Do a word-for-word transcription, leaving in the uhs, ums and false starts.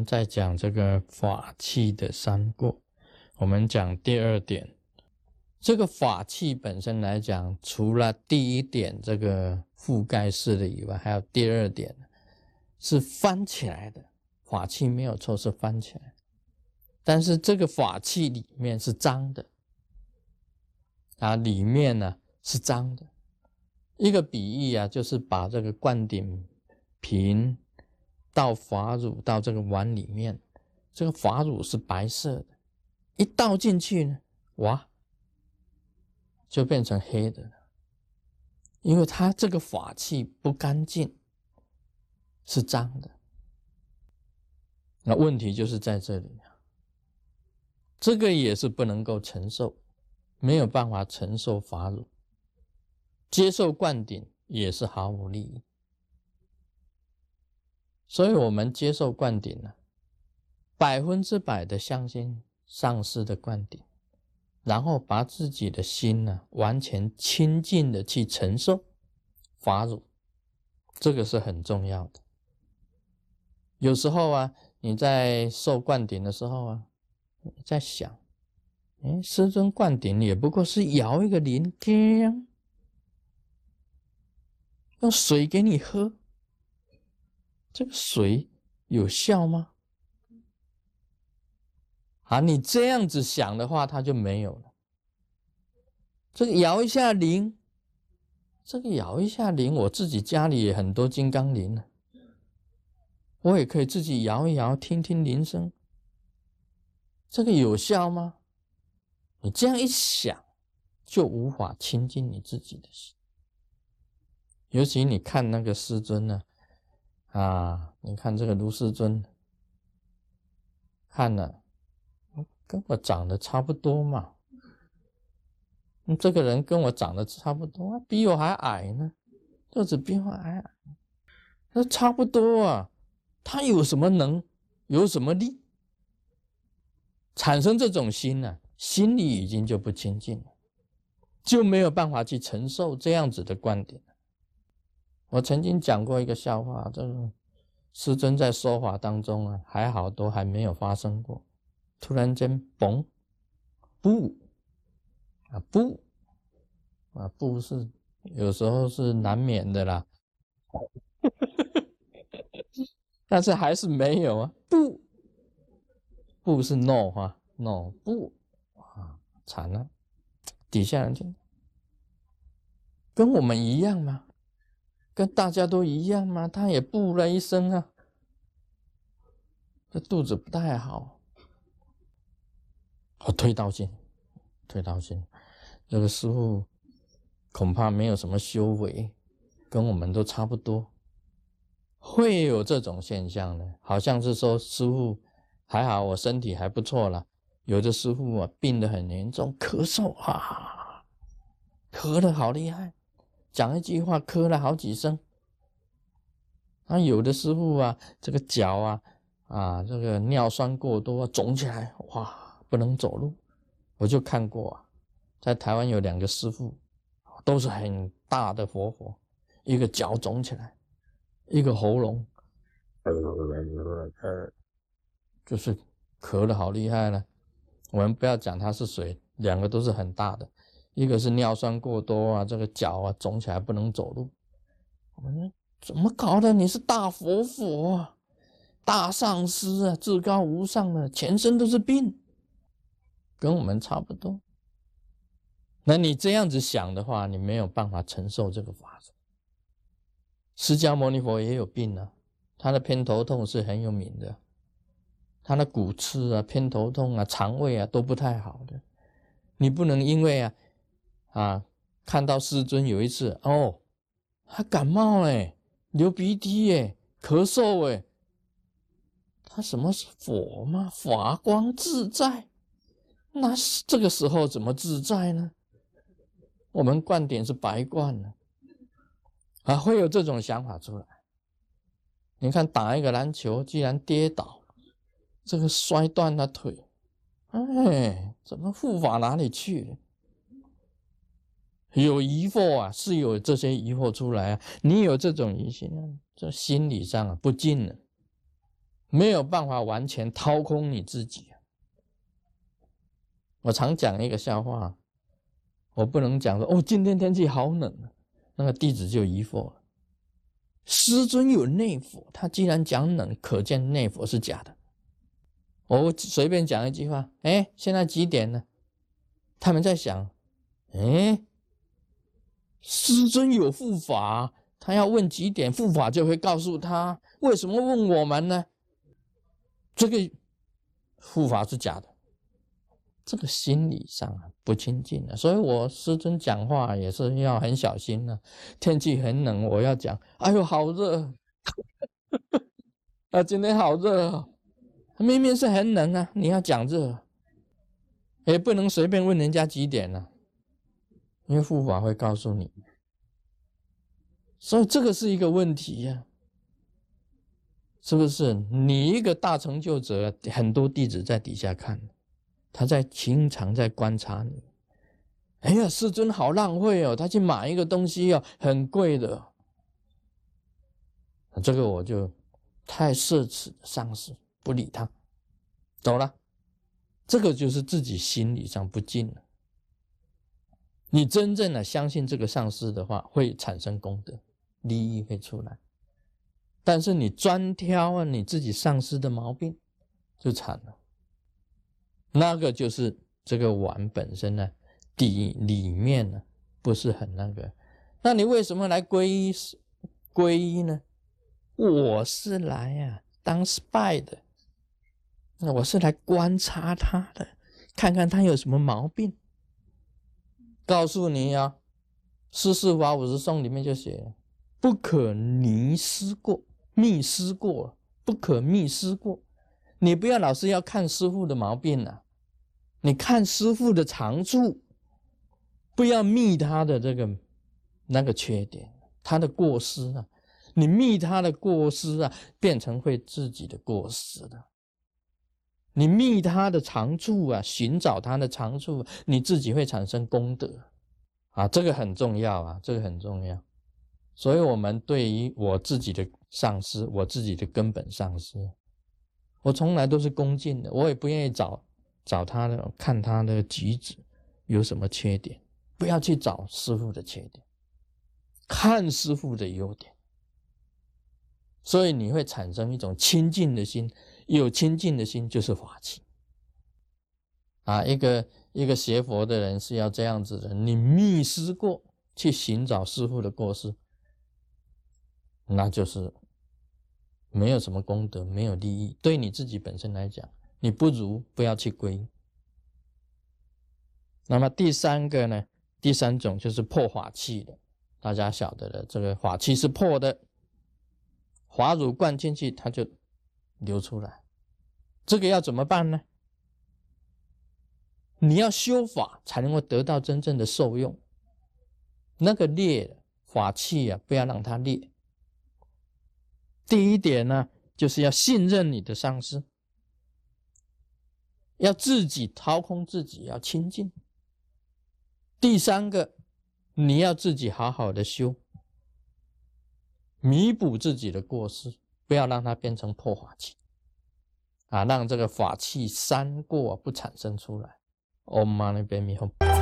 在讲这个法器的三过，我们讲第二点。这个法器本身来讲，除了第一点这个覆盖式的以外，还有第二点是翻起来的。法器没有错，是翻起来，但是这个法器里面是脏的啊，里面呢是脏的。一个比喻啊，就是把这个灌顶瓶倒法乳到这个碗里面，这个法乳是白色的，一倒进去呢，哇，就变成黑的了，因为它这个法器不干净，是脏的。那问题就是在这里，这个也是不能够承受，没有办法承受法乳，接受灌顶也是毫无利益。所以我们接受灌顶呢，百分之百的相信上师的灌顶，然后把自己的心呢完全清净的去承受法乳，这个是很重要的。有时候啊，你在受灌顶的时候啊，你在想，哎，师尊灌顶也不过是摇一个铃铛，用水给你喝，这个水有效吗？啊，你这样子想的话，它就没有了。这个摇一下铃，这个摇一下铃，我自己家里也很多金刚铃呢，我也可以自己摇一摇，听听铃声。这个有效吗？你这样一想，就无法亲近你自己的心。尤其你看那个师尊呢，啊，你看这个卢师尊，看了跟我长得差不多嘛。这个人跟我长得差不多，比我还矮呢，个子比我还矮，那差不多啊。他有什么能，有什么力？产生这种心呢、啊，心里已经就不清净了，就没有办法去承受这样子的观点。我曾经讲过一个笑话，这个师尊在说法当中啊，还好都还没有发生过，突然间嘣，不啊不啊不是，有时候是难免的啦，但是还是没有啊，不不是 no 哈 no 不啊，惨了，底下人听，跟我们一样吗？跟大家都一样吗？他也不了一声啊，这肚子不太好，我推到心，推到心，这个师父恐怕没有什么修为，跟我们都差不多，会有这种现象呢？好像是说师父还好，我身体还不错啦。有的师父啊，病得很严重，咳嗽啊，咳得好厉害，讲一句话咳了好几声。啊，有的师父啊，这个脚啊，啊，这个尿酸过多，肿起来，哇，不能走路。我就看过啊，在台湾有两个师父，都是很大的活佛，一个脚肿起来，一个喉咙，就是咳得好厉害了。我们不要讲它是谁，两个都是很大的，一个是尿酸过多啊，这个脚啊肿起来不能走路。我们怎么搞的？你是大佛佛啊，大上师啊，至高无上的，全身都是病，跟我们差不多。那你这样子想的话，你没有办法承受这个法术。释迦牟尼佛也有病啊，他的偏头痛是很有名的，他的骨刺啊、偏头痛啊、肠胃啊都不太好的。你不能因为啊啊看到师尊有一次哦，他感冒哎，流鼻涕哎，咳嗽哎，他什么是佛吗？法光自在，那这个时候怎么自在呢？我们灌点是白灌了啊，会有这种想法出来。你看打一个篮球，既然跌倒，这个摔断了腿，哎，怎么护法哪里去了？有疑惑啊，是有这些疑惑出来啊。你有这种疑心啊，这心理上啊不净了。 没有办法完全掏空你自己。我常讲一个笑话，我不能讲说哦，今天天气好冷，那个弟子就疑惑了。师尊有内佛，他既然讲冷，可见内佛是假的。我随便讲一句话，哎，现在几点了？他们在想，哎，师尊有护法，他要问几点，护法就会告诉他。为什么问我们呢？这个护法是假的，这个心理上不清净的，所以我师尊讲话也是要很小心的。天气很冷，我要讲，哎呦，好热啊，今天好热啊，明明是很冷啊，你要讲热，也不能随便问人家几点啊，因为护法会告诉你。所以这个是一个问题呀、啊，是不是？你一个大成就者，很多弟子在底下看，他在经常在观察你。哎呀，师尊好浪费哦，他去买一个东西哦，很贵的。这个我就太奢侈的上师，不理他，走了。这个就是自己心理上不净了。你真正的相信这个上师的话，会产生功德，利益会出来。但是你专挑啊你自己上师的毛病，就惨了。那个就是这个碗本身呢，底里面呢不是很那个。那你为什么来皈依皈依呢？我是来啊当 spy 的，我是来观察他的，看看他有什么毛病。告诉你啊，四事法五十颂里面就写了，不可迷失过，迷失过，不可迷失过。你不要老是要看师父的毛病啊，你看师父的长处，不要密他的这个那个缺点，他的过失啊，你密他的过失啊，变成会自己的过失的。你密他的长处啊，寻找他的长处，你自己会产生功德啊，这个很重要啊，这个很重要。所以我们对于我自己的上师，我自己的根本上师，我从来都是恭敬的，我也不愿意找找他的，看他的举止有什么缺点，不要去找师父的缺点，看师父的优点。所以你会产生一种亲近的心，有亲近的心就是法器啊。一个一个学佛的人是要这样子的，你迷失过去寻找师父的过失，那就是没有什么功德，没有利益。对你自己本身来讲，你不如不要去皈依。那么第三个呢，第三种就是破法器的，大家晓得的，这个法器是破的，法乳灌进去它就流出来。这个要怎么办呢？你要修法才能够得到真正的受用。那个裂法器啊，不要让它裂。第一点呢，就是要信任你的上师，要自己掏空自己，要清净。第三个，你要自己好好的修，弥补自己的过失，不要让它变成破法器啊，让这个法器三过不产生出来。Om Mani Padme Hum